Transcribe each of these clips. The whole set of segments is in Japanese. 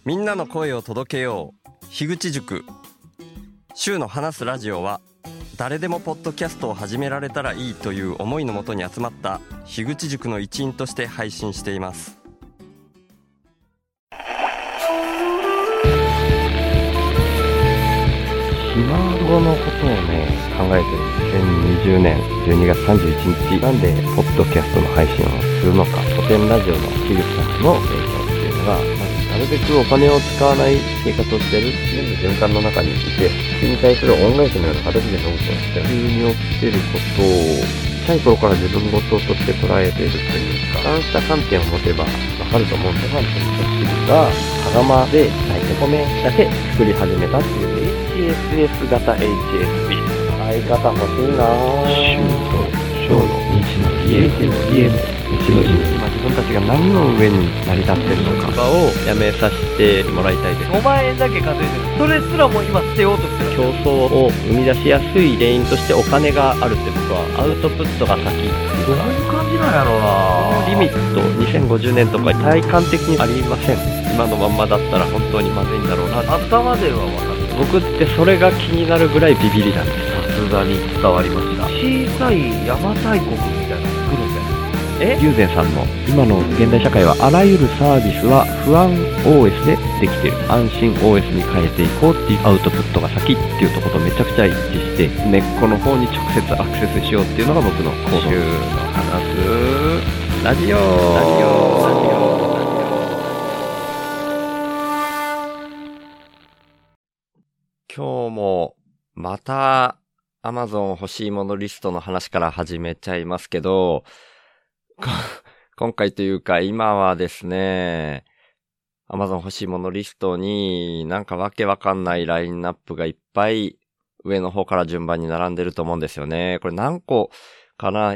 みんなの声を届けよう。樋口塾。週の話すラジオは誰でもポッドキャストを始められたらいいという思いのもとに集まった樋口塾の一員として配信しています。 ひ孫のことをね、考えてる2020年12月31日なんでポッドキャストの配信をするのか、古典ラジオの樋口さんの影響っていうのが、なるべくお金を使わない生活をしてる全部循環の中にいて、それに対する恩返しのような形でノートをして急に起きてることを小さい頃から自分事として捉えているというか、そうした観点を持てばわかると思うんで、ファンという人が羽釜で炊いて米だけ作り始めたっていうHSS 型 HSP。相方欲しいなぁ。週と小の日の家の家の日の日。今自分たちが何の上に成り立ってるのかをやめさせてもらいたいです。 5万円だけ稼いでる。それすらも今捨てようとしてる。 競争を生み出しやすい原因としてお金があるって僕はアウトプットが先。 どういう感じなんやろうな。 リミット2050年とか体感的にありません。今のまんまだったら本当にまずいんだろうな。 頭では分かる。 僕ってそれが気になるぐらいビビりなんです。 さすがに伝わりました。小さい邪馬台国みたいなの作るんじゃない。 友禅さんの今の現代社会はあらゆるサービスは不安 OS でできている、安心 OS に変えていこうっていうアウトプットが先っていうところとめちゃくちゃ一致して、根っこの方に直接アクセスしようっていうのが僕の行動。週の話すラジオ。今日もまた Amazon 欲しいものリストの話から始めちゃいますけど、今回というか今はですね、Amazon 欲しいものリストになんかわけわかんないラインナップがいっぱい上の方から順番に並んでると思うんですよね。これ何個かな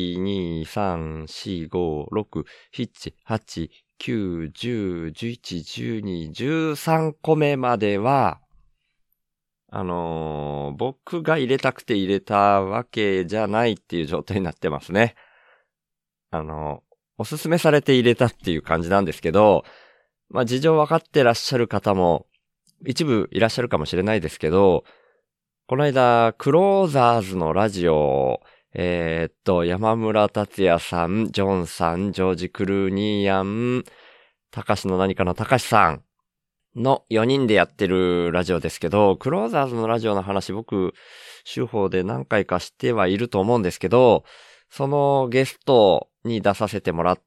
?1、2、3、4、5、6、7、8、9、10、11、12、13個目までは僕が入れたくて入れたわけじゃないっていう状態になってますね。おすすめされて入れたっていう感じなんですけど、事情分かってらっしゃる方も一部いらっしゃるかもしれないですけど、この間、クローザーズのラジオ、山村達也さん、ジョンさん、ジョージ・クルーニーヤン、高橋の何かの高橋さんの4人でやってるラジオですけど、クローザーズのラジオの話僕、週報で何回かしてはいると思うんですけど、そのゲストに出させてもらって、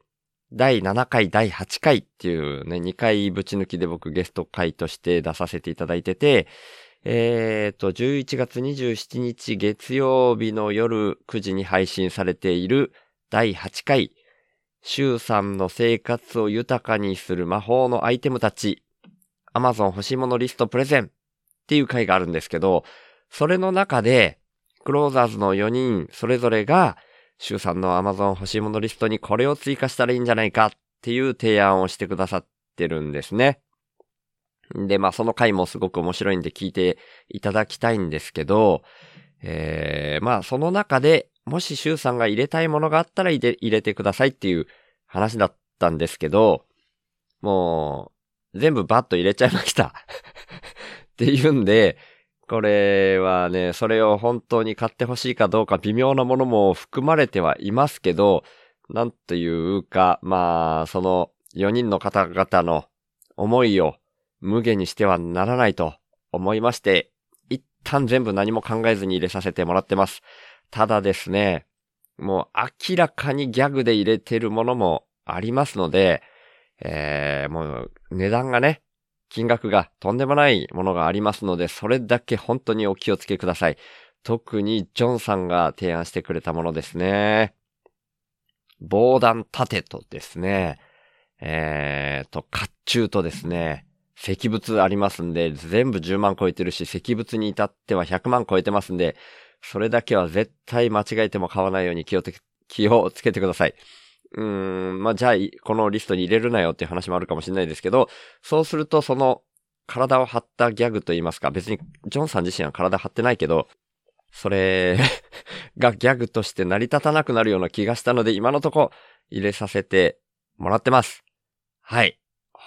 第7回、第8回っていうね、2回ぶち抜きで僕ゲスト回として出させていただいてて、11月27日月曜日の夜9時に配信されている第8回、周さんの生活を豊かにする魔法のアイテムたち、Amazon 欲しいものリストプレゼンっていう回があるんですけど、それの中で、クローザーズの4人それぞれが、周さんの Amazon 欲しいものリストにこれを追加したらいいんじゃないかっていう提案をしてくださってるんですね。で、その回もすごく面白いんで聞いていただきたいんですけど、その中で、もし周さんが入れたいものがあったら入れてくださいっていう話だったんですけど、もう、全部バッと入れちゃいました。っていうんで、これはね、それを本当に買ってほしいかどうか微妙なものも含まれてはいますけど、なんというか、その4人の方々の思いを無限にしてはならないと思いまして、一旦全部何も考えずに入れさせてもらってます。ただですね、もう明らかにギャグで入れてるものもありますので、もう値段がね、金額がとんでもないものがありますので、それだけ本当にお気をつけください。特にジョンさんが提案してくれたものですね。防弾盾とですね、甲冑とですね、石仏ありますんで、全部10万超えてるし、石仏に至っては100万超えてますんで、それだけは絶対間違えても買わないように気をつけてください。じゃあ、このリストに入れるなよっていう話もあるかもしれないですけど、そうするとその体を張ったギャグと言いますか、別にジョンさん自身は体張ってないけど、それがギャグとして成り立たなくなるような気がしたので、今のとこ入れさせてもらってます。はい。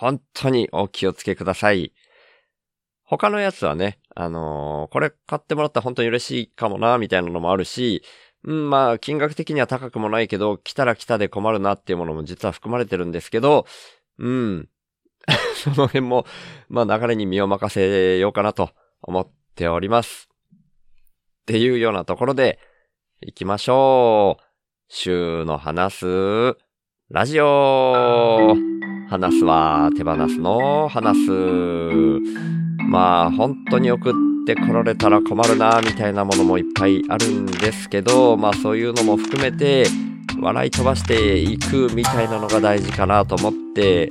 本当にお気をつけください。他のやつはね、これ買ってもらったら本当に嬉しいかもな、みたいなのもあるし、まあ、金額的には高くもないけど、来たら来たで困るなっていうものも実は含まれてるんですけど、その辺も、まあ流れに身を任せようかなと思っております。っていうようなところで、行きましょう。週の話す、ラジオ。話すは手放すの話す。まあ本当に送ってこられたら困るなみたいなものもいっぱいあるんですけど、まあそういうのも含めて笑い飛ばしていくみたいなのが大事かなと思って、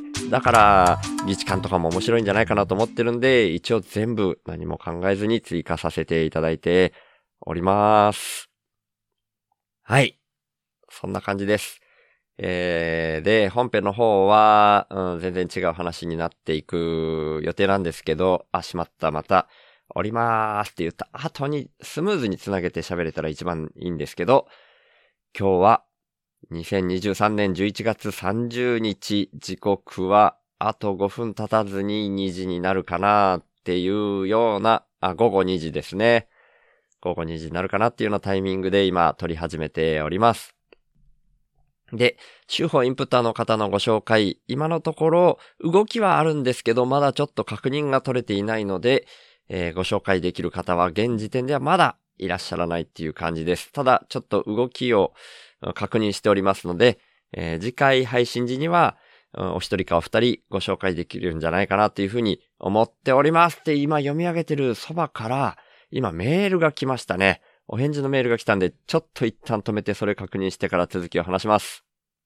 だから議事感とかも面白いんじゃないかなと思ってるんで、一応全部何も考えずに追加させていただいております。はい。そんな感じです。で、本編の方は、全然違う話になっていく予定なんですけど、しまった、また、おりまーすって言った後にスムーズにつなげて喋れたら一番いいんですけど、今日は2023年11月30日、時刻はあと5分経たずに2時になるかなっていうような、午後2時ですね。午後2時になるかなっていうようなタイミングで今撮り始めております。で、週報インプッターの方のご紹介、今のところ動きはあるんですけど、まだちょっと確認が取れていないので、ご紹介できる方は現時点ではまだいらっしゃらないっていう感じです。ただ、ちょっと動きを確認しておりますので、次回配信時には、お一人かお二人ご紹介できるんじゃないかなっていうふうに思っておりますって今読み上げてるそばから、今メールが来ましたね。お返事のメールが来たんで、ちょっと一旦止めてそれ確認してから続きを話します。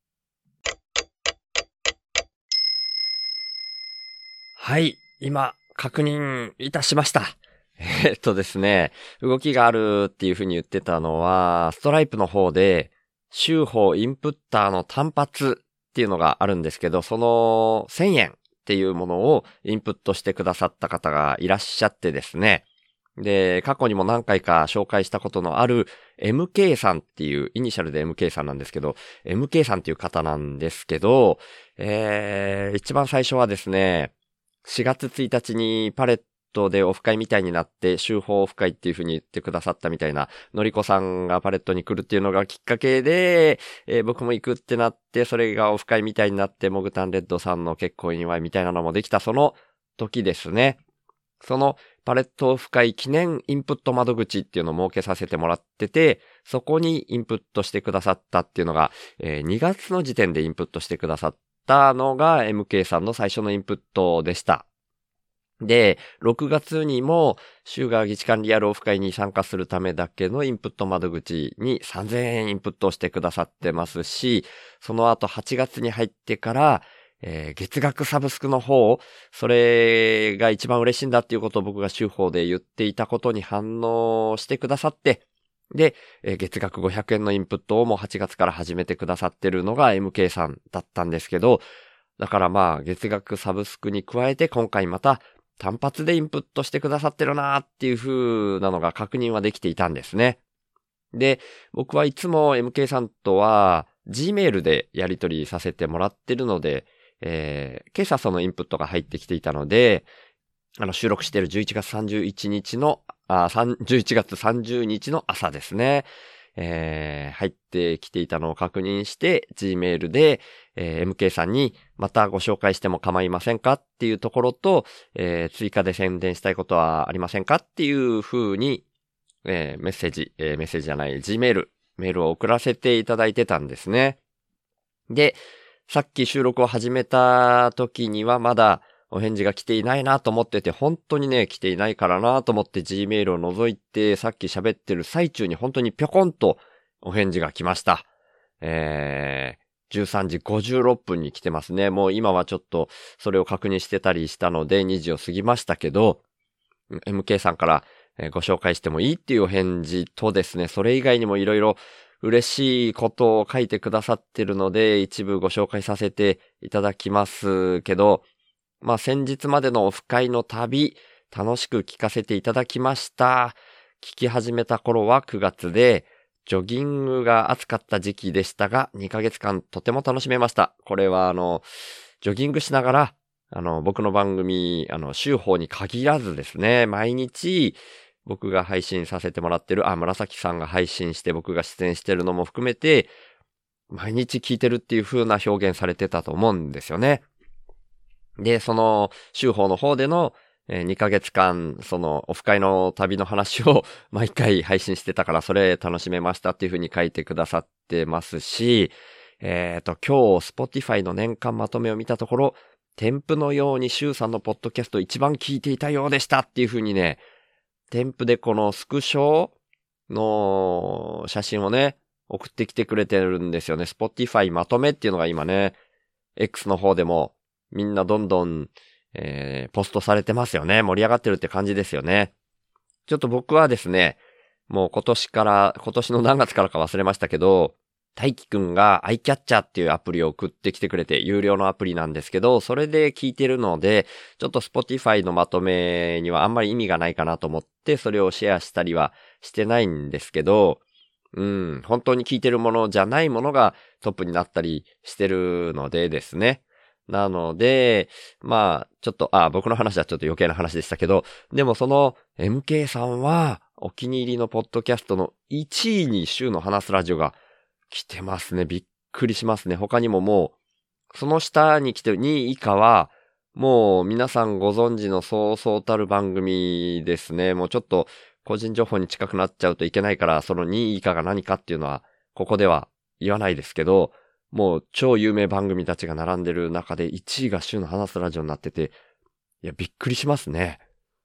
はい、今確認いたしました。ですね、動きがあるっていう風に言ってたのは、ストライプの方で、週報インプッターの単発っていうのがあるんですけど、その1000円っていうものをインプットしてくださった方がいらっしゃってですね。で、過去にも何回か紹介したことのある MK さんっていう、イニシャルで MK さんなんですけど、MK さんっていう方なんですけど、一番最初はですね、4月1日にパレットでオフ会みたいになって、週報オフ会っていう風に言ってくださったみたいな、のりこさんがパレットに来るっていうのがきっかけで、僕も行くってなって、それがオフ会みたいになって、モグタンレッドさんの結婚祝いみたいなのもできたその時ですね。そのパレットオフ会記念インプット窓口っていうのを設けさせてもらってて、そこにインプットしてくださったっていうのが、2月の時点でインプットしてくださったのが MK さんの最初のインプットでした。で、6月にも週が議事館リアルオフ会に参加するためだけのインプット窓口に3000円インプットしてくださってますし、その後8月に入ってから、月額サブスクの方、それが一番嬉しいんだっていうことを僕が週報で言っていたことに反応してくださって、で、月額500円のインプットをもう8月から始めてくださってるのが MK さんだったんですけど、だからまあ月額サブスクに加えて今回また単発でインプットしてくださってるなーっていう風なのが確認はできていたんですね。で、僕はいつも MK さんとは Gmail でやり取りさせてもらってるので、今朝そのインプットが入ってきていたので、収録している11月31日の、11月30日の朝ですね。入ってきていたのを確認して、Gmail で、MK さんにまたご紹介しても構いませんかっていうところと、追加で宣伝したいことはありませんかっていう風に、メッセージじゃない、Gmail、メールを送らせていただいてたんですね。で、さっき収録を始めた時にはまだお返事が来ていないなと思ってて、本当にね、来ていないからなと思って Gmail を覗いて、さっき喋ってる最中に本当にぴょこんとお返事が来ました。13時56分に来てますね。もう今はちょっとそれを確認してたりしたので2時を過ぎましたけど、MK さんからご紹介してもいいっていうお返事とですね、それ以外にもいろいろ嬉しいことを書いてくださってるので、一部ご紹介させていただきますけど、まあ先日までのオフ会の旅、楽しく聞かせていただきました。聞き始めた頃は9月で、ジョギングが暑かった時期でしたが、2ヶ月間とても楽しめました。これはジョギングしながら僕の番組、週報に限らずですね、毎日僕が配信させてもらってる、紫さんが配信して僕が出演してるのも含めて、毎日聞いてるっていう風な表現されてたと思うんですよね。で、その週報の方での2ヶ月間、そのオフ会の旅の話を毎回配信してたから、それ楽しめましたっていう風に書いてくださってますし、今日 Spotify の年間まとめを見たところ、添付のようにシュウさんのポッドキャスト一番聞いていたようでしたっていう風にね、添付でこのスクショの写真をね、送ってきてくれてるんですよね。Spotify まとめっていうのが今ね、X の方でもみんなどんどん、ポストされてますよね。盛り上がってるって感じですよね。ちょっと僕はですね、もう今年の何月からか忘れましたけど、大輝くんが iCatcher っていうアプリを送ってきてくれて、有料のアプリなんですけど、それで聞いてるので、ちょっと Spotify のまとめにはあんまり意味がないかなと思って、それをシェアしたりはしてないんですけど、本当に聞いてるものじゃないものがトップになったりしてるのでですね。なので、まあ、ちょっと、僕の話はちょっと余計な話でしたけど、でもその MK さんはお気に入りのポッドキャストの1位に週の話すラジオが来てますね。びっくりしますね。他にももう、その下に来てる2位以下は、もう皆さんご存知のそうそうたる番組ですね。もうちょっと個人情報に近くなっちゃうといけないから、その2位以下が何かっていうのは、ここでは言わないですけど、もう超有名番組たちが並んでる中で1位が週の話すラジオになってて、いや、びっくりしますね。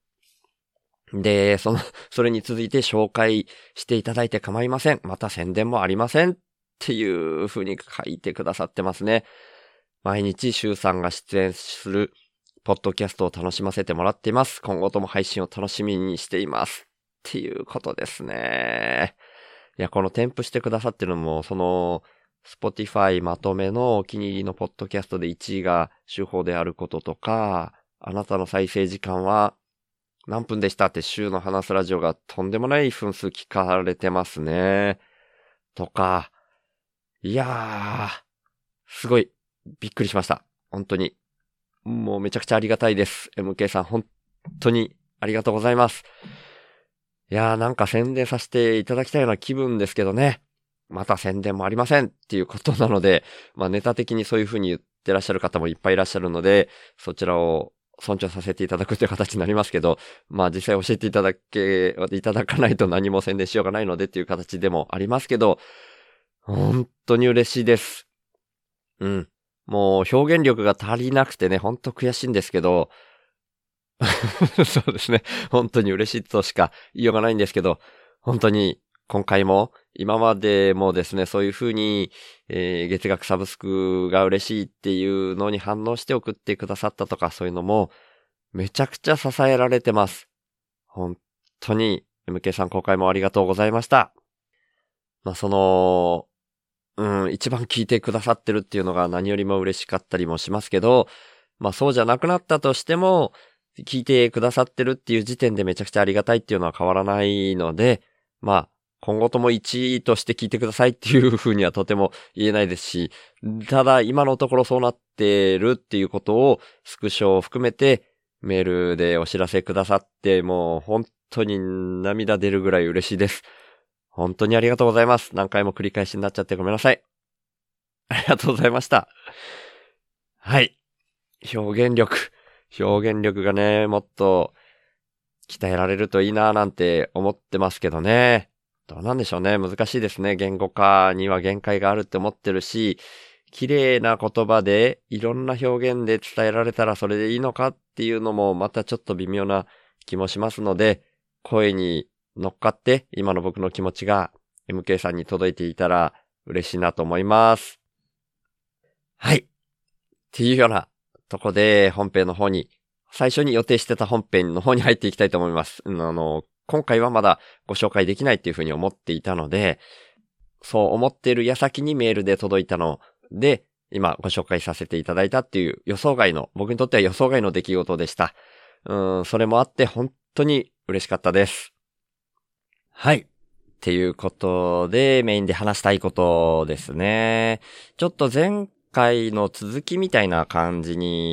で、それに続いて紹介していただいて構いません。また宣伝もありません。っていう風に書いてくださってますね。毎日週さんが出演するポッドキャストを楽しませてもらっています。今後とも配信を楽しみにしています。っていうことですね。いや、この添付してくださってるのも、その、Spotify まとめのお気に入りのポッドキャストで1位が週報であることとか、あなたの再生時間は何分でしたって週の話すラジオがとんでもない分数聞かれてますね。とか、いやー、すごいびっくりしました。本当に。もうめちゃくちゃありがたいです。MK さん本当にありがとうございます。いやーなんか宣伝させていただきたいような気分ですけどね。また宣伝もありませんっていうことなので、まあネタ的にそういう風に言ってらっしゃる方もいっぱいいらっしゃるので、そちらを尊重させていただくという形になりますけど、まあ実際教えていただかないと何も宣伝しようがないのでっていう形でもありますけど、本当に嬉しいです。もう表現力が足りなくてね、本当悔しいんですけど、そうですね。本当に嬉しいとしか言いようがないんですけど、本当に今回も、今までもですね、そういう風に、月額サブスクが嬉しいっていうのに反応して送ってくださったとか、そういうのも、めちゃくちゃ支えられてます。本当に、MK さん今回もありがとうございました。まあ、一番聞いてくださってるっていうのが何よりも嬉しかったりもしますけど、まあそうじゃなくなったとしても、聞いてくださってるっていう時点でめちゃくちゃありがたいっていうのは変わらないので、まあ、今後とも1位として聞いてくださいっていう風にはとても言えないですし、ただ今のところそうなってるっていうことをスクショを含めてメールでお知らせくださって、もう本当に涙出るぐらい嬉しいです。本当にありがとうございます。何回も繰り返しになっちゃってごめんなさい。ありがとうございました。はい。表現力がね、もっと鍛えられるといいなぁなんて思ってますけどね。どうなんでしょうね。難しいですね。言語化には限界があるって思ってるし、綺麗な言葉でいろんな表現で伝えられたらそれでいいのかっていうのもまたちょっと微妙な気もしますので、声に乗っかって今の僕の気持ちが MK さんに届いていたら嬉しいなと思います。はい。っていうようなとこで本編の方に、最初に予定してた本編の方に入っていきたいと思います。今回はまだご紹介できないっていうふうに思っていたので、そう思っている矢先にメールで届いたので、今ご紹介させていただいたっていう僕にとっては予想外の出来事でした。それもあって本当に嬉しかったです。はい。っていうことで、メインで話したいことですね。ちょっと前回の続きみたいな感じに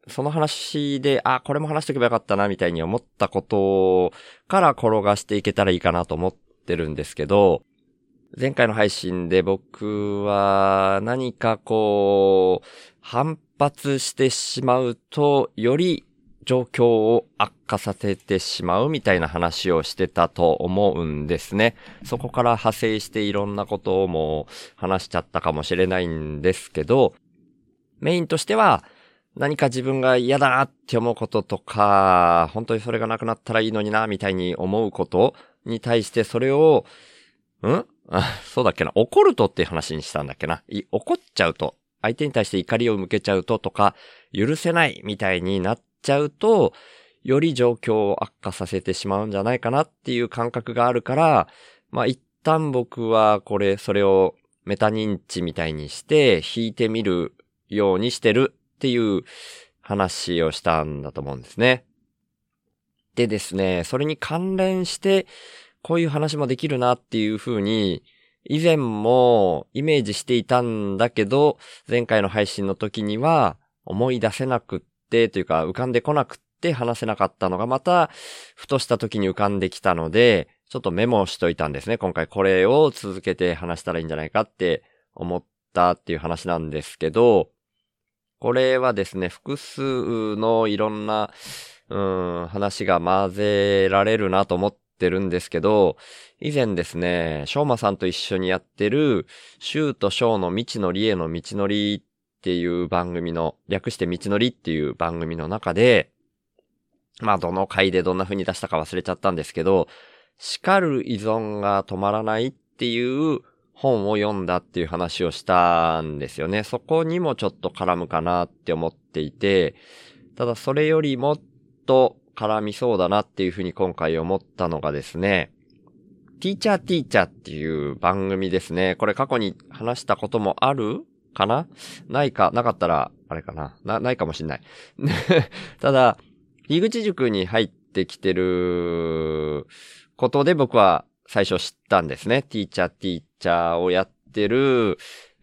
その話で、これも話しておけばよかったな、みたいに思ったことから転がしていけたらいいかなと思ってるんですけど、前回の配信で僕は何か反発してしまうと、より状況を悪化させてしまうみたいな話をしてたと思うんですね。そこから派生していろんなことをも話しちゃったかもしれないんですけど、メインとしては何か自分が嫌だなって思うこととか、本当にそれがなくなったらいいのになみたいに思うことに対してそれを、そうだっけな、怒るとっていう話にしたんだっけな。怒っちゃうと、相手に対して怒りを向けちゃうととか、許せないみたいになっちゃうと、より状況を悪化させてしまうんじゃないかなっていう感覚があるから、一旦僕はそれをメタ認知みたいにして引いてみるようにしてるっていう話をしたんだと思うんですね。でですね、それに関連してこういう話もできるなっていう風に以前もイメージしていたんだけど、前回の配信の時には思い出せなくってというか浮かんでこなくって話せなかったのがまたふとした時に浮かんできたので、ちょっとメモしといたんですね。今回これを続けて話したらいいんじゃないかって思ったっていう話なんですけど、これはですね、複数のいろんな話が混ぜられるなと思ってるんですけど、以前ですね、しょうまさんと一緒にやってるシューとショーの未知のりへの道のりっていう番組の、略して道のりっていう番組の中で、どの回でどんな風に出したか忘れちゃったんですけど、叱る依存が止まらないっていう本を読んだっていう話をしたんですよね。そこにもちょっと絡むかなって思っていて、ただそれよりもっと絡みそうだなっていう風に今回思ったのがですね、ティーチャーっていう番組ですね。これ過去に話したこともあるかな？なかったら、あれかな？ないかもしんない。ただ、樋口塾に入ってきてることで僕は最初知ったんですね。ティーチャーをやってる、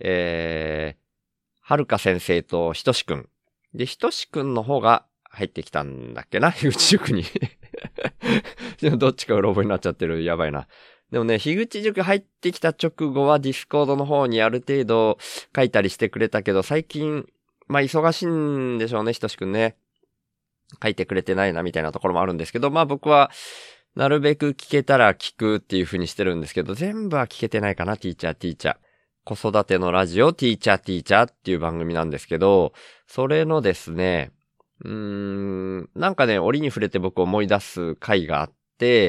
はるか先生とひとしくん。で、ひとしくんの方が入ってきたんだっけな、樋口塾に。どっちかうろ覚えになっちゃってる。やばいな。でもね、樋口塾入ってきた直後はディスコードの方にある程度書いたりしてくれたけど、最近、忙しいんでしょうね、ひとしくんね。書いてくれてないなみたいなところもあるんですけど、僕はなるべく聞けたら聞くっていう風にしてるんですけど、全部は聞けてないかな、ティーチャー。子育てのラジオ、ティーチャーっていう番組なんですけど、それのですね、なんかね、折に触れて僕思い出す回があって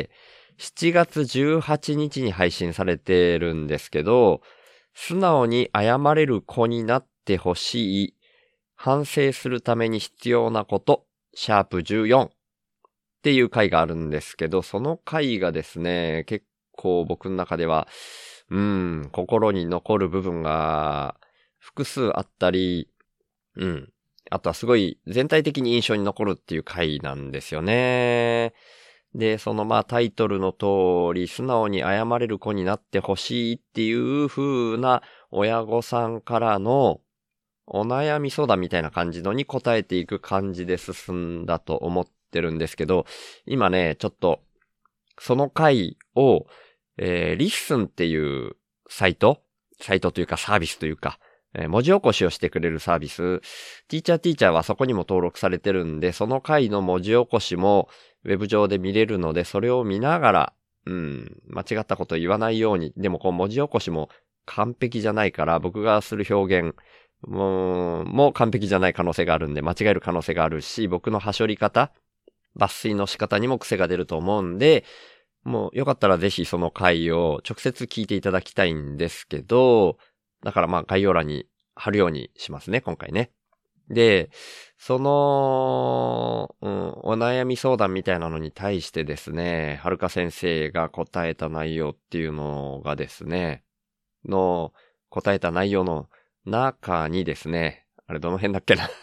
、7月18日に配信されてるんですけど、素直に謝れる子になってほしい、反省するために必要なこと、シャープ14っていう回があるんですけど、その回がですね、結構僕の中では、心に残る部分が複数あったり、あとはすごい全体的に印象に残るっていう回なんですよね。で、そのタイトルの通り、素直に謝れる子になってほしいっていう風な親御さんからのお悩み相談みたいな感じのに答えていく感じで進んだと思ってるんですけど、今ね、ちょっとその回を、リッスンっていうサイトというかサービスというか、文字起こしをしてくれるサービス、ティーチャーはそこにも登録されてるんで、その回の文字起こしもウェブ上で見れるので、それを見ながら、間違ったこと言わないように、でも文字起こしも完璧じゃないから、僕がする表現もう完璧じゃない可能性があるんで、間違える可能性があるし、僕の端折り方、抜粋の仕方にも癖が出ると思うんで、もうよかったらぜひその回を直接聞いていただきたいんですけど、だから概要欄に貼るようにしますね、今回ね。で、その、お悩み相談みたいなのに対してですね、はるか先生が答えた内容っていうのがですね、答えた内容の中にですね、あれどの辺だっけな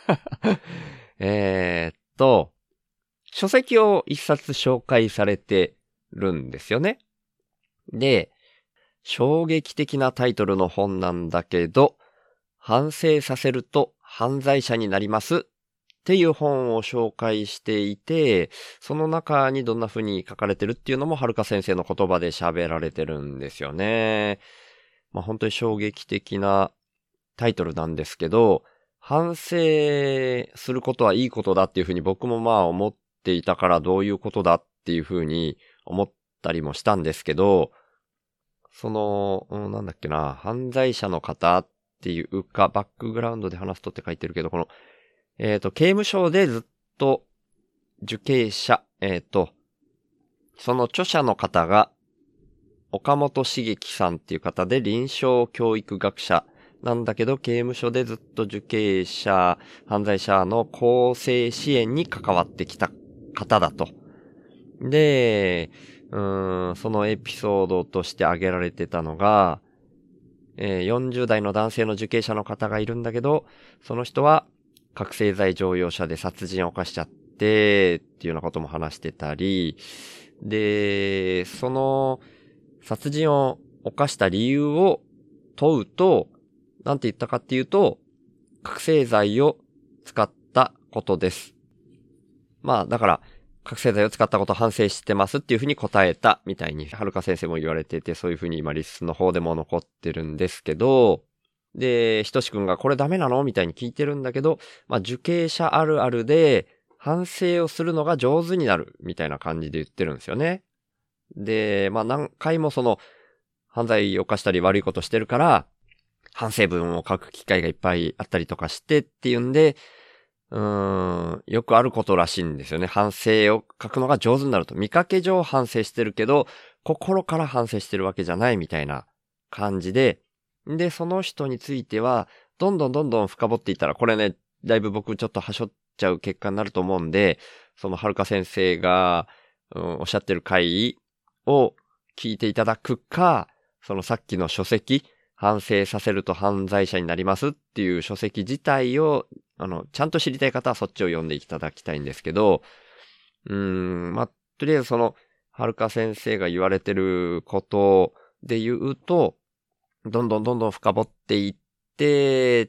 書籍を一冊紹介されてるんですよね。で、衝撃的なタイトルの本なんだけど、反省させると犯罪者になりますっっていう本を紹介していて、その中にどんな風に書かれてるっていうのもはるか先生の言葉で喋られてるんですよね。まあ本当に衝撃的なタイトルなんですけど、反省することはいいことだっていう風に僕もまあ思っていたからどういうことだっていう風に思ったりもしたんですけど、なんだっけな、犯罪者の方っていうか、バックグラウンドで話すとって書いてるけど、刑務所でずっと受刑者、その著者の方が、岡本茂樹さんっていう方で臨床教育学者なんだけど、刑務所でずっと受刑者、犯罪者の更生支援に関わってきた方だと。で、そのエピソードとして挙げられてたのが、40代の男性の受刑者の方がいるんだけど、その人は覚醒剤常用者で殺人を犯しちゃってっていうようなことも話してたり、で、その殺人を犯した理由を問うと、なんて言ったかっていうと、覚醒剤を使ったことです。まあだから覚醒剤を使ったことを反省してますっていうふうに答えたみたいにはるか先生も言われてて、そういうふうに今リスの方でも残ってるんですけど、で、ひとしくんがこれダメなのみたいに聞いてるんだけど、まあ受刑者あるあるで反省をするのが上手になるみたいな感じで言ってるんですよね。で、まあ何回も犯罪を犯したり悪いことしてるから、反省文を書く機会がいっぱいあったりとかしてっていうんで、よくあることらしいんですよね。反省を書くのが上手になると。見かけ上反省してるけど、心から反省してるわけじゃないみたいな感じで、で、その人については、どんどん深掘っていったら、これね、だいぶ僕ちょっとはしょっちゃう結果になると思うんで、そのはるか先生が、おっしゃってる回を聞いていただくか、そのさっきの書籍、反省させると犯罪者になりますっていう書籍自体を、ちゃんと知りたい方はそっちを読んでいただきたいんですけど、まあ、とりあえずはるか先生が言われてることで言うと、どんどん深掘っていって、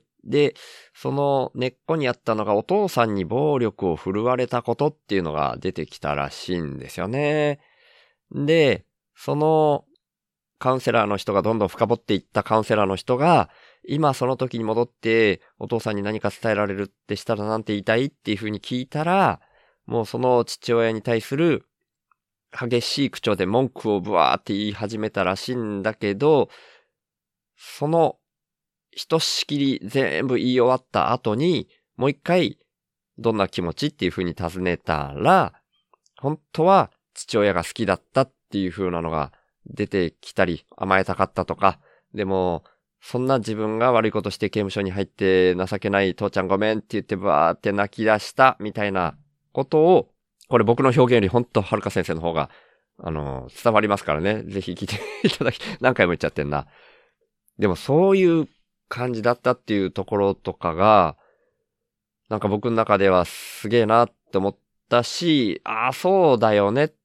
で、その根っこにあったのがお父さんに暴力を振るわれたことっていうのが出てきたらしいんですよね。で、そのカウンセラーの人がどんどん深掘っていったカウンセラーの人が、今その時に戻ってお父さんに何か伝えられるってしたらなんて言いたいっていう風に聞いたら、もうその父親に対する激しい口調で文句をブワーって言い始めたらしいんだけど、そのひとしきり全部言い終わった後に、もう一回どんな気持ちっていう風に尋ねたら、本当は父親が好きだったっていう風なのが出てきたり、甘えたかったとか、でも、そんな自分が悪いことして刑務所に入って情けない父ちゃんごめんって言ってバーって泣き出したみたいなことを、これ僕の表現より本当はるか先生の方が、伝わりますからね。ぜひ聞いていただき、何回も言っちゃってんな。でもそういう感じだったっていうところとかが、なんか僕の中ではすげえなって思ったし、ああ、そうだよねって、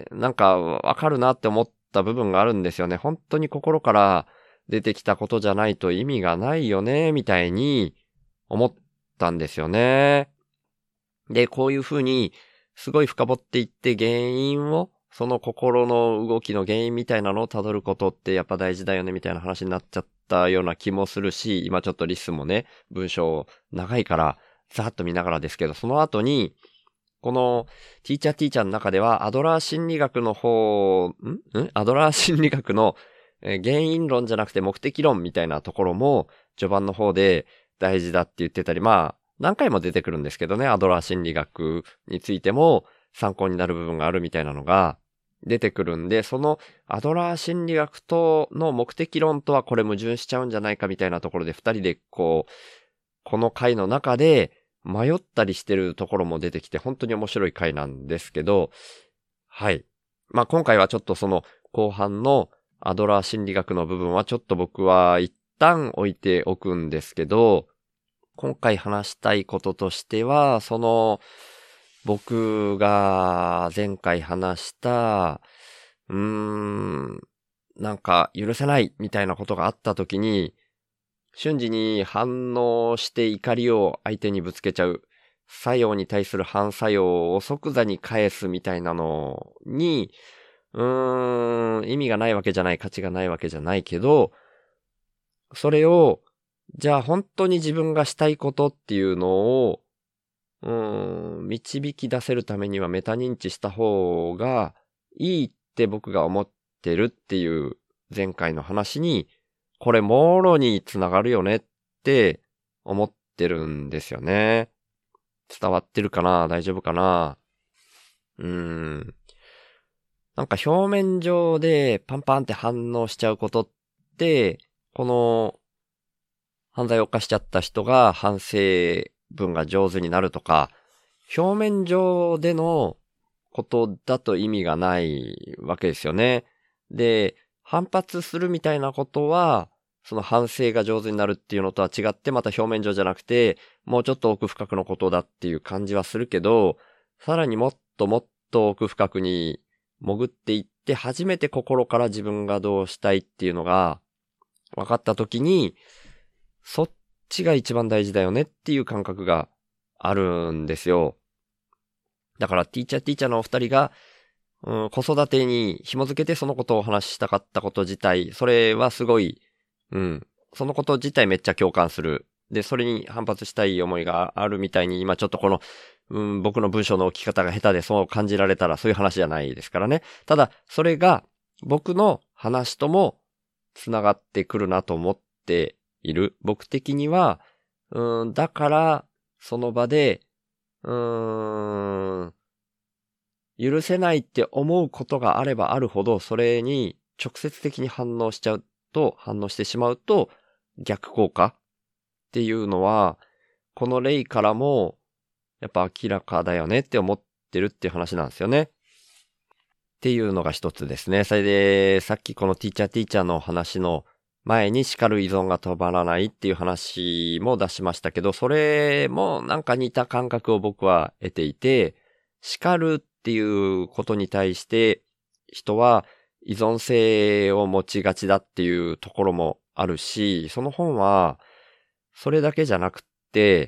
なんかわかるなって思った部分があるんですよね。本当に心から出てきたことじゃないと意味がないよね、みたいに思ったんですよね。で、こういう風にすごい深掘っていって原因を、その心の動きの原因みたいなのを辿ることってやっぱ大事だよねみたいな話になっちゃったような気もするし、今ちょっとリスもね、文章長いからざーっと見ながらですけど、その後に、このティーチャーの中ではアドラー心理学のアドラー心理学の原因論じゃなくて目的論みたいなところも序盤の方で大事だって言ってたり、まあ何回も出てくるんですけどね、アドラー心理学についても参考になる部分があるみたいなのが出てくるんで、そのアドラー心理学との目的論とはこれ矛盾しちゃうんじゃないかみたいなところで二人でこの回の中で迷ったりしてるところも出てきて本当に面白い回なんですけど、はい。まあ今回はちょっとその後半のアドラー心理学の部分はちょっと僕は一旦置いておくんですけど、今回話したいこととしては、僕が前回話した、なんか許せないみたいなことがあった時に、 瞬時に反応して怒りを相手にぶつけちゃう。作用に対する反作用を即座に返すみたいなのに、意味がないわけじゃない、価値がないわけじゃないけど、それを、じゃあ本当に自分がしたいことっていうのを、導き出せるためにはメタ認知した方がいいって僕が思ってるっていう前回の話に、これもろにつながるよねって思ってるんですよね。伝わってるかな？大丈夫かな？なんか表面上でパンパンって反応しちゃうことって、この犯罪を犯しちゃった人が反省文が上手になるとか、表面上でのことだと意味がないわけですよね。で、反発するみたいなことは、その反省が上手になるっていうのとは違って、また表面上じゃなくて、もうちょっと奥深くのことだっていう感じはするけど、さらにもっともっと奥深くに潜っていって、初めて心から自分がどうしたいっていうのが分かったときに、そっちが一番大事だよねっていう感覚があるんですよ。だからティーチャーのお二人が、子育てに紐づけてそのことをお話ししたかったこと自体、それはすごい、そのこと自体めっちゃ共感する。で、それに反発したい思いがあるみたいに、今ちょっとこの、僕の文章の置き方が下手でそう感じられたらそういう話じゃないですからね。ただ、それが僕の話ともつながってくるなと思っている。僕的には、だから、その場で、許せないって思うことがあればあるほど、それに直接的に反応してしまうと、逆効果っていうのは、この例からも、やっぱ明らかだよねって思ってるっていう話なんですよね。っていうのが一つですね。それで、さっきこのティーチャーの話の前に叱る依存が止まらないっていう話も出しましたけど、それもなんか似た感覚を僕は得ていて、叱るっていうことに対して人は依存性を持ちがちだっていうところもあるし、その本はそれだけじゃなくって、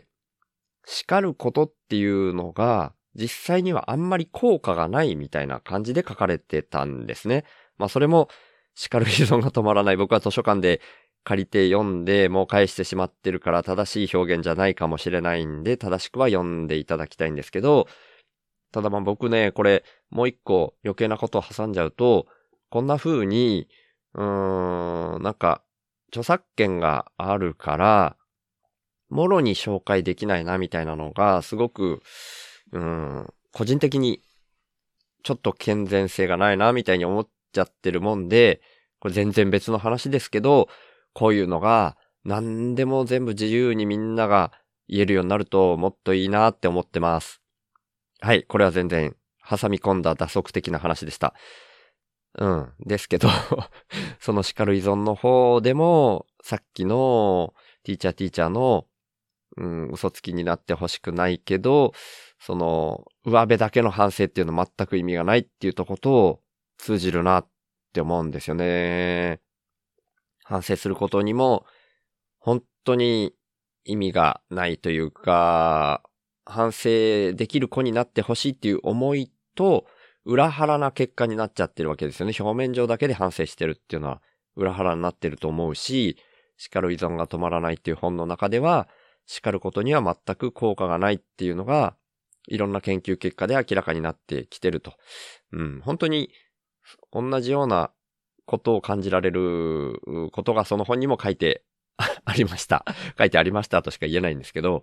叱ることっていうのが実際にはあんまり効果がないみたいな感じで書かれてたんですね。まあそれも叱る依存が止まらない。僕は図書館で借りて読んでもう返してしまってるから正しい表現じゃないかもしれないんで正しくは読んでいただきたいんですけど、ただまあ僕ね、これもう一個余計なことを挟んじゃうと、こんな風に、なんか著作権があるから、もろに紹介できないなみたいなのがすごく、個人的にちょっと健全性がないなみたいに思っちゃってるもんで、これ全然別の話ですけど、こういうのが何でも全部自由にみんなが言えるようになるともっといいなって思ってます。はい、これは全然挟み込んだ打足的な話でした。ですけど、その叱る依存の方でも、さっきのティーチャーの、嘘つきになってほしくないけど、その、上辺だけの反省っていうの全く意味がないっていうところと通じるなって思うんですよね。反省することにも、本当に意味がないというか、反省できる子になってほしいっていう思いと、裏腹な結果になっちゃってるわけですよね。表面上だけで反省してるっていうのは裏腹になってると思うし、叱る依存が止まらないっていう本の中では、叱ることには全く効果がないっていうのが、いろんな研究結果で明らかになってきてると。本当に同じようなことを感じられることがその本にも書いてありました。書いてありましたとしか言えないんですけど、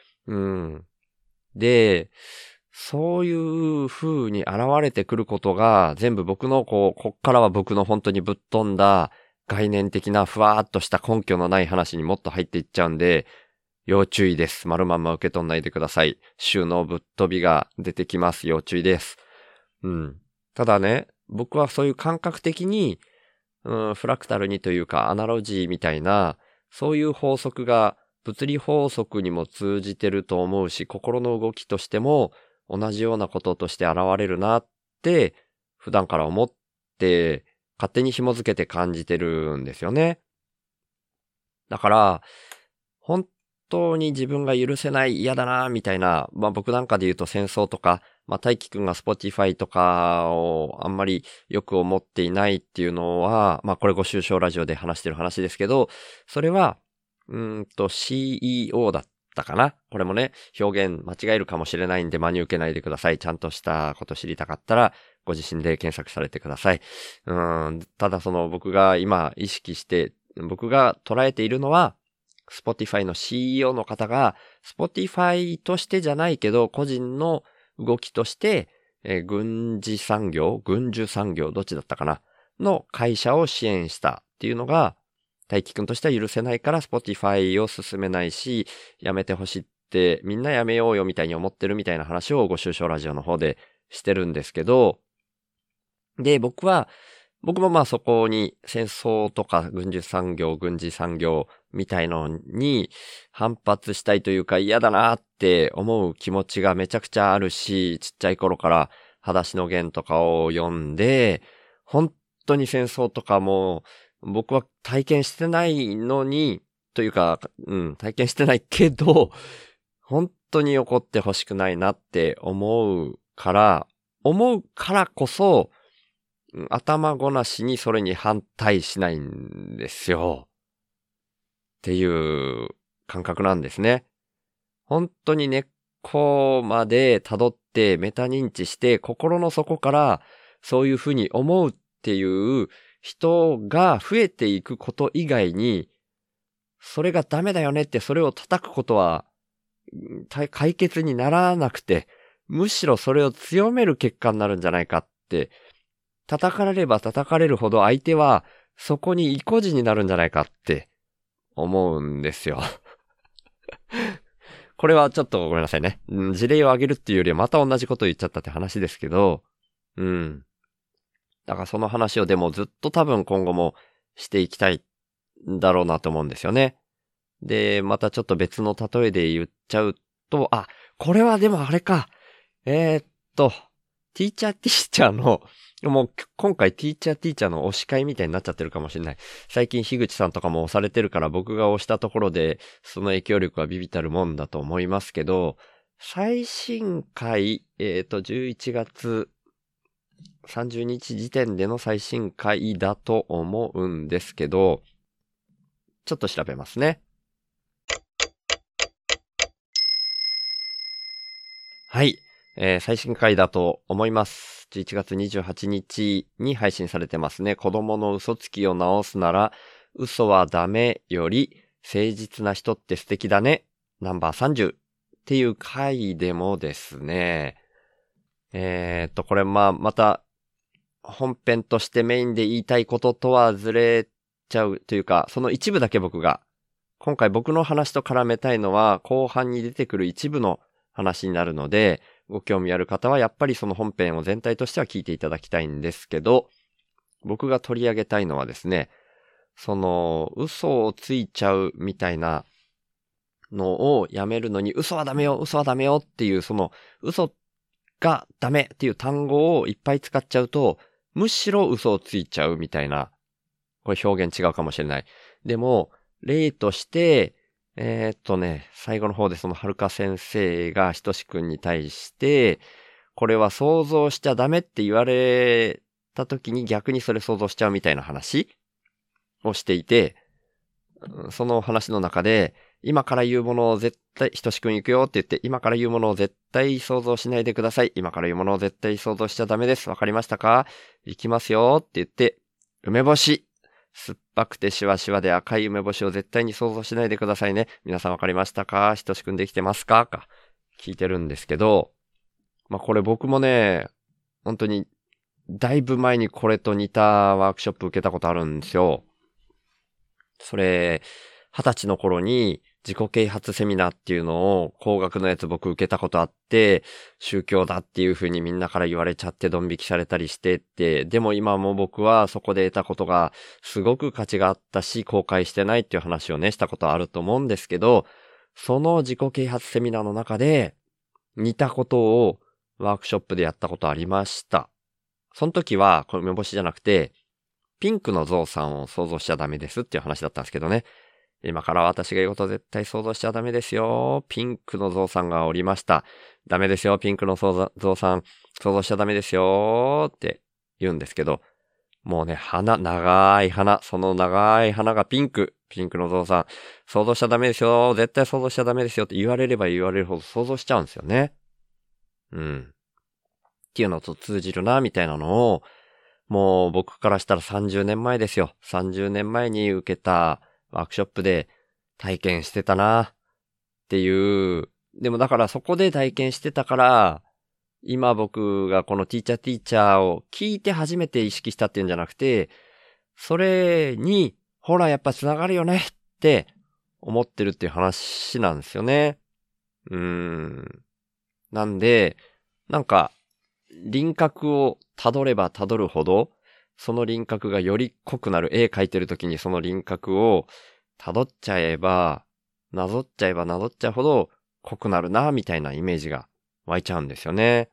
で、そういう風に現れてくることが全部僕のこっからは僕の本当にぶっ飛んだ概念的なふわーっとした根拠のない話にもっと入っていっちゃうんで、要注意です。丸まんま受け取んないでください。週のぶっ飛びが出てきます。要注意です。ただね、僕はそういう感覚的に、フラクタルにというかアナロジーみたいな、そういう法則が物理法則にも通じてると思うし、心の動きとしても同じようなこととして現れるなって普段から思って勝手に紐づけて感じてるんですよね。 だから、本当に自分が許せない、嫌だな、みたいな、僕なんかで言うと戦争とか、大輝くんが Spotify とかをあんまりよく思っていないっていうのは、これご愁傷ラジオで話してる話ですけど、それは、CEO だったかな。これもね、表現間違えるかもしれないんで真に受けないでください。ちゃんとしたこと知りたかったら、ご自身で検索されてください。ただ僕が今意識して、僕が捉えているのは、Spotify の CEO の方が、Spotify としてじゃないけど、個人の動きとして、軍需産業、どっちだったかなの会社を支援したっていうのが、大輝くんとしては許せないから Spotify を進めないし、やめてほしいって、みんなやめようよみたいに思ってるみたいな話をご愁傷ラジオの方でしてるんですけど、で、僕もそこに戦争とか軍事産業みたいのに反発したいというか嫌だなって思う気持ちがめちゃくちゃあるし、ちっちゃい頃から裸足のゲンとかを読んで、本当に戦争とかも僕は体験してないのに、というか、体験してないけど、本当に起こってほしくないなって思うからこそ、頭ごなしにそれに反対しないんですよ。っていう感覚なんですね。本当に根っこまで辿ってメタ認知して心の底からそういうふうに思うっていう人が増えていくこと以外に、それがダメだよねってそれを叩くことは解決にならなくて、むしろそれを強める結果になるんじゃないかって、叩かれれば叩かれるほど相手はそこに意固地になるんじゃないかって思うんですよ。これはちょっとごめんなさいね。事例を挙げるっていうよりはまた同じこと言っちゃったって話ですけど、だからその話をでもずっと多分今後もしていきたいんだろうなと思うんですよね。で、またちょっと別の例えで言っちゃうと、これはでもあれか。ティーチャーの、もう今回ティーチャーの推し会みたいになっちゃってるかもしれない。最近樋口さんとかも押されてるから僕が押したところでその影響力はビビたるもんだと思いますけど、最新回、11月30日時点での最新回だと思うんですけど、ちょっと調べますね。はい。最新回だと思います。11月28日に配信されてますね。子供の嘘つきを直すなら、嘘はダメより誠実な人って素敵だね。ナンバー30っていう回でもですね。これまた本編としてメインで言いたいこととはずれちゃうというか、その一部だけ今回僕の話と絡めたいのは後半に出てくる一部の話になるので、ご興味ある方はやっぱりその本編を全体としては聞いていただきたいんですけど、僕が取り上げたいのはですね、その嘘をついちゃうみたいなのをやめるのに、嘘はダメよっていう、その嘘がダメっていう単語をいっぱい使っちゃうと、むしろ嘘をついちゃうみたいな、これ表現違うかもしれない。でも、例として、最後の方でそのはるか先生がひとしくんに対して、これは想像しちゃダメって言われた時に逆にそれ想像しちゃうみたいな話をしていて、その話の中で、今から言うものを絶対、ひとしくん行くよって言って、今から言うものを絶対想像しないでください。今から言うものを絶対想像しちゃダメです。わかりましたか？行きますよって言って、梅干し。酸っぱくてシワシワで赤い梅干しを絶対に想像しないでくださいね。皆さんわかりましたか？ひとしくんできてますか？聞いてるんですけど、これ僕もね、本当にだいぶ前にこれと似たワークショップ受けたことあるんですよ。それ、20歳の頃に自己啓発セミナーっていうのを高額のやつ僕受けたことあって、宗教だっていう風にみんなから言われちゃってドン引きされたりしてって、でも今も僕はそこで得たことがすごく価値があったし後悔してないっていう話をねしたことあると思うんですけど、その自己啓発セミナーの中で似たことをワークショップでやったことありました。その時はこれ梅干しじゃなくてピンクのゾウさんを想像しちゃダメですっていう話だったんですけどね。 今から私が言うこと絶対想像しちゃダメですよ。ピンクのゾウさんがおりました。ダメですよ、ピンクのゾウさん。想像しちゃダメですよって言うんですけど、もうね、長い花、その長い花がピンクのゾウさん。想像しちゃダメですよ。絶対想像しちゃダメですよって言われれば言われるほど想像しちゃうんですよね。っていうのと通じるな、みたいなのを、もう僕からしたら30年前ですよ。30年前に受けたワークショップで体験してたなっていう。でもだからそこで体験してたから、今僕がこのティーチャーを聞いて初めて意識したっていうんじゃなくて、それに、ほらやっぱ繋がるよねって思ってるっていう話なんですよね。なんで、なんか、輪郭を辿れば辿るほど、その輪郭がより濃くなる。絵描いてる時にその輪郭を辿っちゃえば、なぞっちゃえばなぞっちゃうほど濃くなるな、みたいなイメージが湧いちゃうんですよね。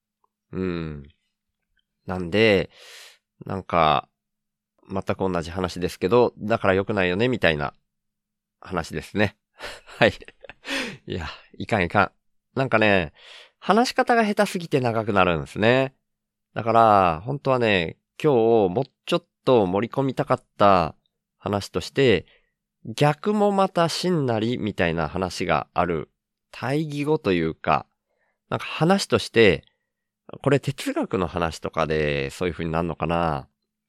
なんで、なんか、全く同じ話ですけど、だから良くないよね、みたいな話ですね。はい。いや、いかん。なんかね、話し方が下手すぎて長くなるんですね。だから、本当はね、今日もうちょっと盛り込みたかった話として、逆もまた真なりみたいな話がある。対義語というか、なんか話として、これ哲学の話とかでそういう風になるのかな。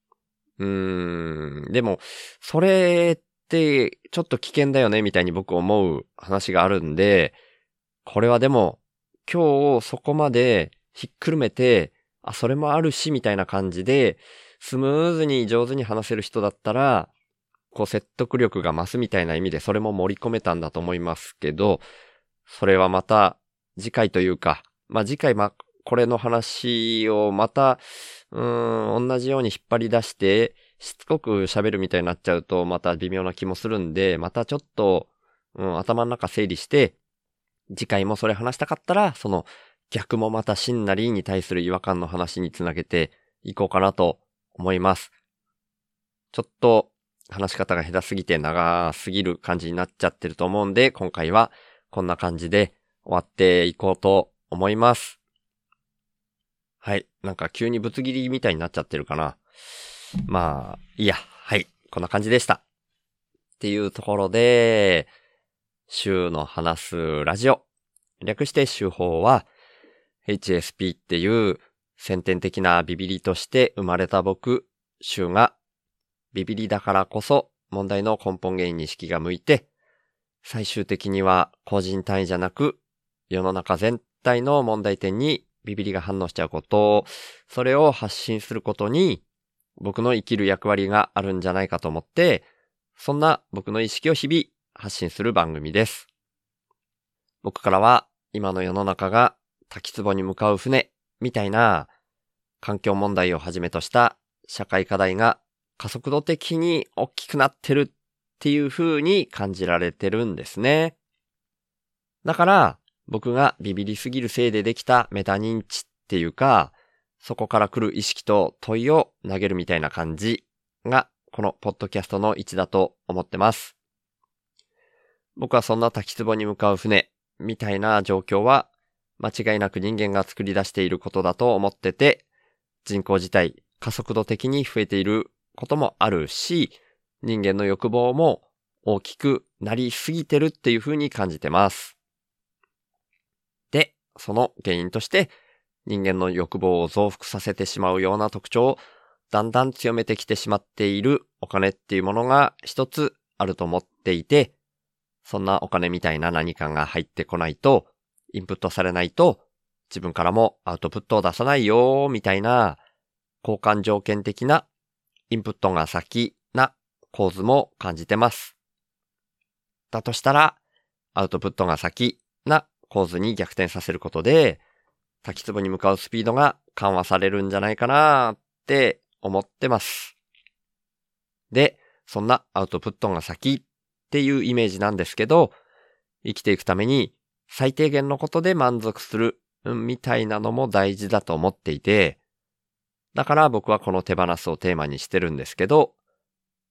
でも、それってちょっと危険だよねみたいに僕思う話があるんで、これはでも今日そこまでひっくるめて、それもあるしみたいな感じで、スムーズに上手に話せる人だったら、こう説得力が増すみたいな意味でそれも盛り込めたんだと思いますけど、それはまた次回というか、次回これの話をまた、同じように引っ張り出して、しつこく喋るみたいになっちゃうと、また微妙な気もするんで、またちょっと、頭の中整理して、次回もそれ話したかったら、その逆もまた真なりに対する違和感の話につなげていこうかなと思います。ちょっと話し方が下手すぎて長すぎる感じになっちゃってると思うんで、今回はこんな感じで終わっていこうと思います。はい。なんか急にぶつ切りみたいになっちゃってるかな。いいや。はい。こんな感じでした。っていうところで、週の話すラジオ。略して週報は、HSP っていう先天的なビビリとして生まれた僕、週が、ビビリだからこそ問題の根本原因に意識が向いて、最終的には個人単位じゃなく、世の中全体の問題点にビビリが反応しちゃうことを、それを発信することに、僕の生きる役割があるんじゃないかと思って、そんな僕の意識を日々発信する番組です。僕からは今の世の中が滝壺に向かう船みたいな環境問題をはじめとした社会課題が加速度的に大きくなってるっていう風に感じられてるんですね。だから僕がビビりすぎるせいでできたメタ認知っていうか、そこから来る意識と問いを投げるみたいな感じがこのポッドキャストの位置だと思ってます。僕はそんな滝壺に向かう船みたいな状況は間違いなく人間が作り出していることだと思ってて、人口自体加速度的に増えていることもあるし、人間の欲望も大きくなりすぎてるっていう風に感じてます。で、その原因として人間の欲望を増幅させてしまうような特徴をだんだん強めてきてしまっているお金っていうものが一つあると思っていて、そんなお金みたいな何かが入ってこないと、インプットされないと、自分からもアウトプットを出さないよみたいな交換条件的なインプットが先な構図も感じてます。だとしたら、アウトプットが先な構図に逆転させることで、滝壺に向かうスピードが緩和されるんじゃないかなって思ってます。で、そんなアウトプットが先っていうイメージなんですけど、生きていくために最低限のことで満足するみたいなのも大事だと思っていて、だから僕はこの手放すをテーマにしてるんですけど、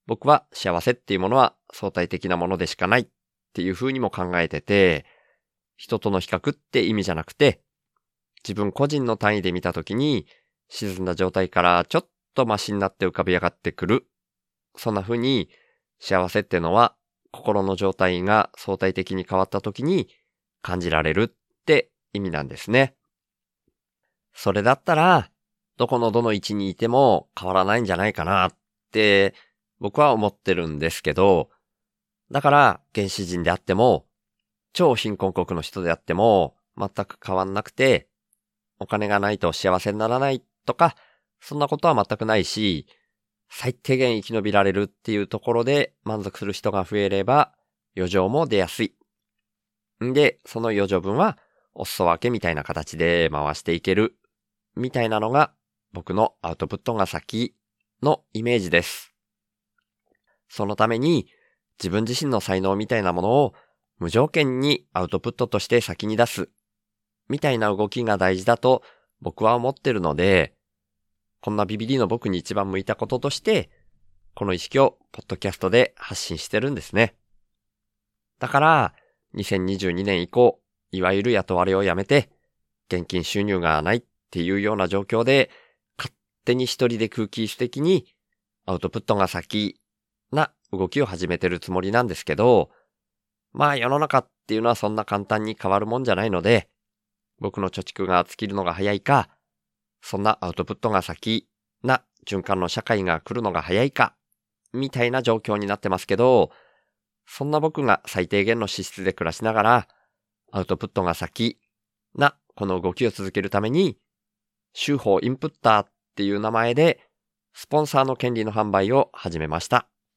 僕は幸せっていうものは相対的なものでしかないっていう風にも考えてて、人との比較って意味じゃなくて、自分個人の単位で見たときに、沈んだ状態からちょっとマシになって浮かび上がってくる。そんな風に、幸せってのは心の状態が相対的に変わったときに感じられるって意味なんですね。それだったら、どこのどの位置にいても変わらないんじゃないかなって僕は思ってるんですけど、だから原始人であっても、超貧困国の人であっても全く変わんなくて、お金がないと幸せにならないとか、そんなことは全くないし、最低限生き延びられるっていうところで満足する人が増えれば、余剰も出やすい。んで、その余剰分はお裾分けみたいな形で回していける。みたいなのが僕のアウトプットが先のイメージです。そのために自分自身の才能みたいなものを無条件にアウトプットとして先に出す。みたいな動きが大事だと僕は思ってるので、こんなビビリの僕に一番向いたこととして、この意識をポッドキャストで発信してるんですね。だから、2022年以降、いわゆる雇われをやめて、現金収入がないっていうような状況で、勝手に一人で空気質的にアウトプットが先な動きを始めてるつもりなんですけど、まあ世の中っていうのはそんな簡単に変わるもんじゃないので、僕の貯蓄が尽きるのが早いか、そんなアウトプットが先な循環の社会が来るのが早いか、みたいな状況になってますけど、そんな僕が最低限の資質で暮らしながら、アウトプットが先なこの動きを続けるために、週報インプッターっていう名前で、スポンサーの権利の販売を始めました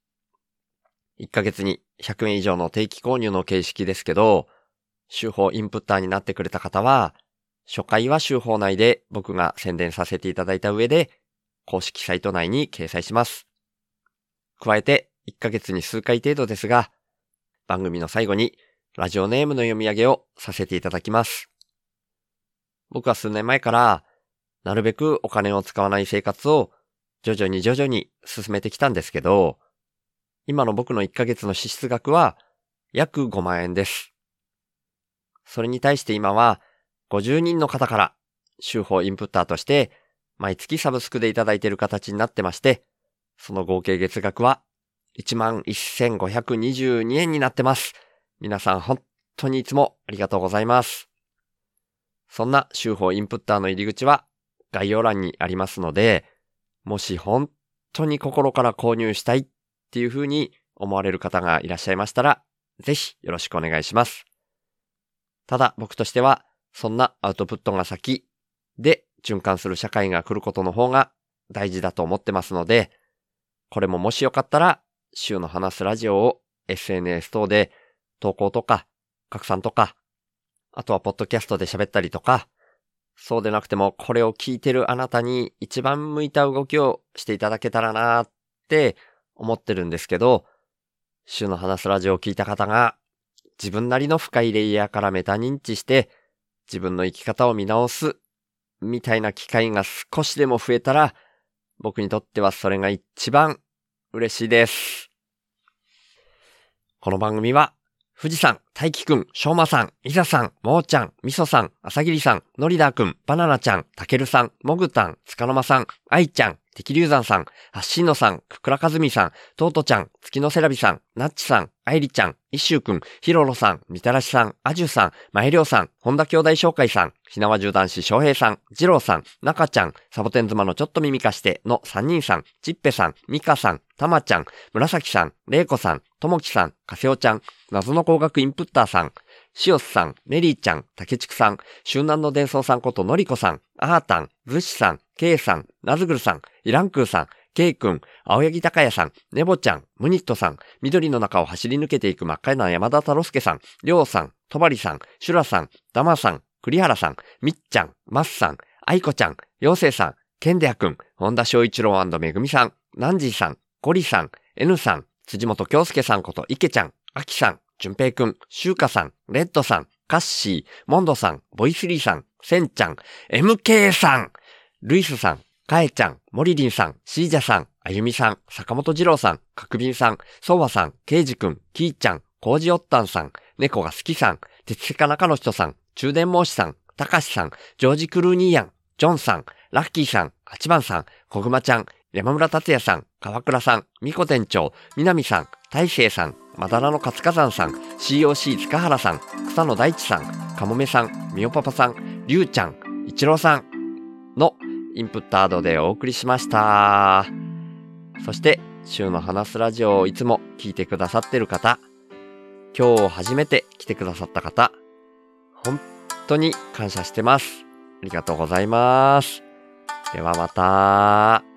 。1ヶ月に100円以上の定期購入の形式ですけど、週報インプッターになってくれた方は、初回は週報内で僕が宣伝させていただいた上で、公式サイト内に掲載します。加えて、1ヶ月に数回程度ですが、番組の最後にラジオネームの読み上げをさせていただきます。僕は数年前から、なるべくお金を使わない生活を徐々に進めてきたんですけど、今の僕の1ヶ月の支出額は約5万円です。それに対して今は50人の方から週報インプッターとして毎月サブスクでいただいている形になってまして、その合計月額は 11,522 円になってます。皆さん本当にいつもありがとうございます。そんな週報インプッターの入り口は概要欄にありますので、もし本当に心から購入したいっていう風に思われる方がいらっしゃいましたら、ぜひよろしくお願いします。ただ僕としては、そんなアウトプットが先で循環する社会が来ることの方が大事だと思ってますので、これももしよかったら、週の話すラジオを SNS 等で投稿とか拡散とか、あとはポッドキャストで喋ったりとか、そうでなくてもこれを聞いてるあなたに一番向いた動きをしていただけたらなーって思ってるんですけど、週の話すラジオを聞いた方が自分なりの深いレイヤーからメタ認知して自分の生き方を見直すみたいな機会が少しでも増えたら、僕にとってはそれが一番嬉しいです。この番組は富士山、大輝くん、しょうまさん、いざさん、もーちゃん、みそさん、あさぎりさん、のりだーくん、バナナちゃん、たけるさん、もぐたん、つかのまさん、あいちゃん、てきりゅうざんさん、はっしーのさん、くくらかずみさん、とうとちゃん、月のせらびさん、なっちさん、あいりちゃん、いっしゅうくん、ひろろさん、みたらしさん、あじゅさん、まえりょうさん、本田兄弟紹介さん、ひなわじゅう男子しょうへいさん、じろうさん、なかちゃん、サボテン妻のちょっと耳かしての3人さん、ちっぺさん、みかさん、たまちゃん、むらさきさん、れいこさん、ともきさん、かせおちゃん、謎の工学インプッターさん、しおすさん、メリーちゃん、たけちくさん、周南の伝送さんことのりこさん、あーたん、ずしさん、けいさん、なずぐるさん、いらんくーさん、けいくん、青柳高也さん、ねぼちゃん、むにっとさん、緑の中を走り抜けていく真っ赤な山田太郎介さん、りょうさん、とばりさん、しゅらさん、だまさん、栗原さん、みっちゃん、まっさん、あいこちゃん、ようせいさん、けんでやくん、本田翔一郎&めぐみさん、なんじーさん、ゴリさん、N さん、辻本京介さんこといけちゃん、あきさん、じゅんぺいくん、しゅうかさん、レッドさん、カッシー、モンドさん、ボイスリーさん、センちゃん、MK さん、ルイスさん、かえちゃん、モリリンさん、シージャさん、 あゆみさん、坂本二郎さん、かくびんさん、そうわさん、けいじくん、きーちゃん、こうじおったんさん、猫が好きさん、鉄セカ中の人さん、中電申しさん、たかしさん、ジョージ・クルーニーヤン、ジョンさん、ラッキーさん、8番さん、こぐまちゃん、山村達也さん、川倉さん、みこ店長、みなみさん、大成さん、まだらの活火山さん、COC 塚原さん、草野大地さん、かもめさん、みおパパさん、りゅうちゃん、いちろうさんのインプットアドでお送りしました。そして、週の話すラジオをいつも聞いてくださってる方、今日初めて来てくださった方、本当に感謝してます。ありがとうございます。ではまた。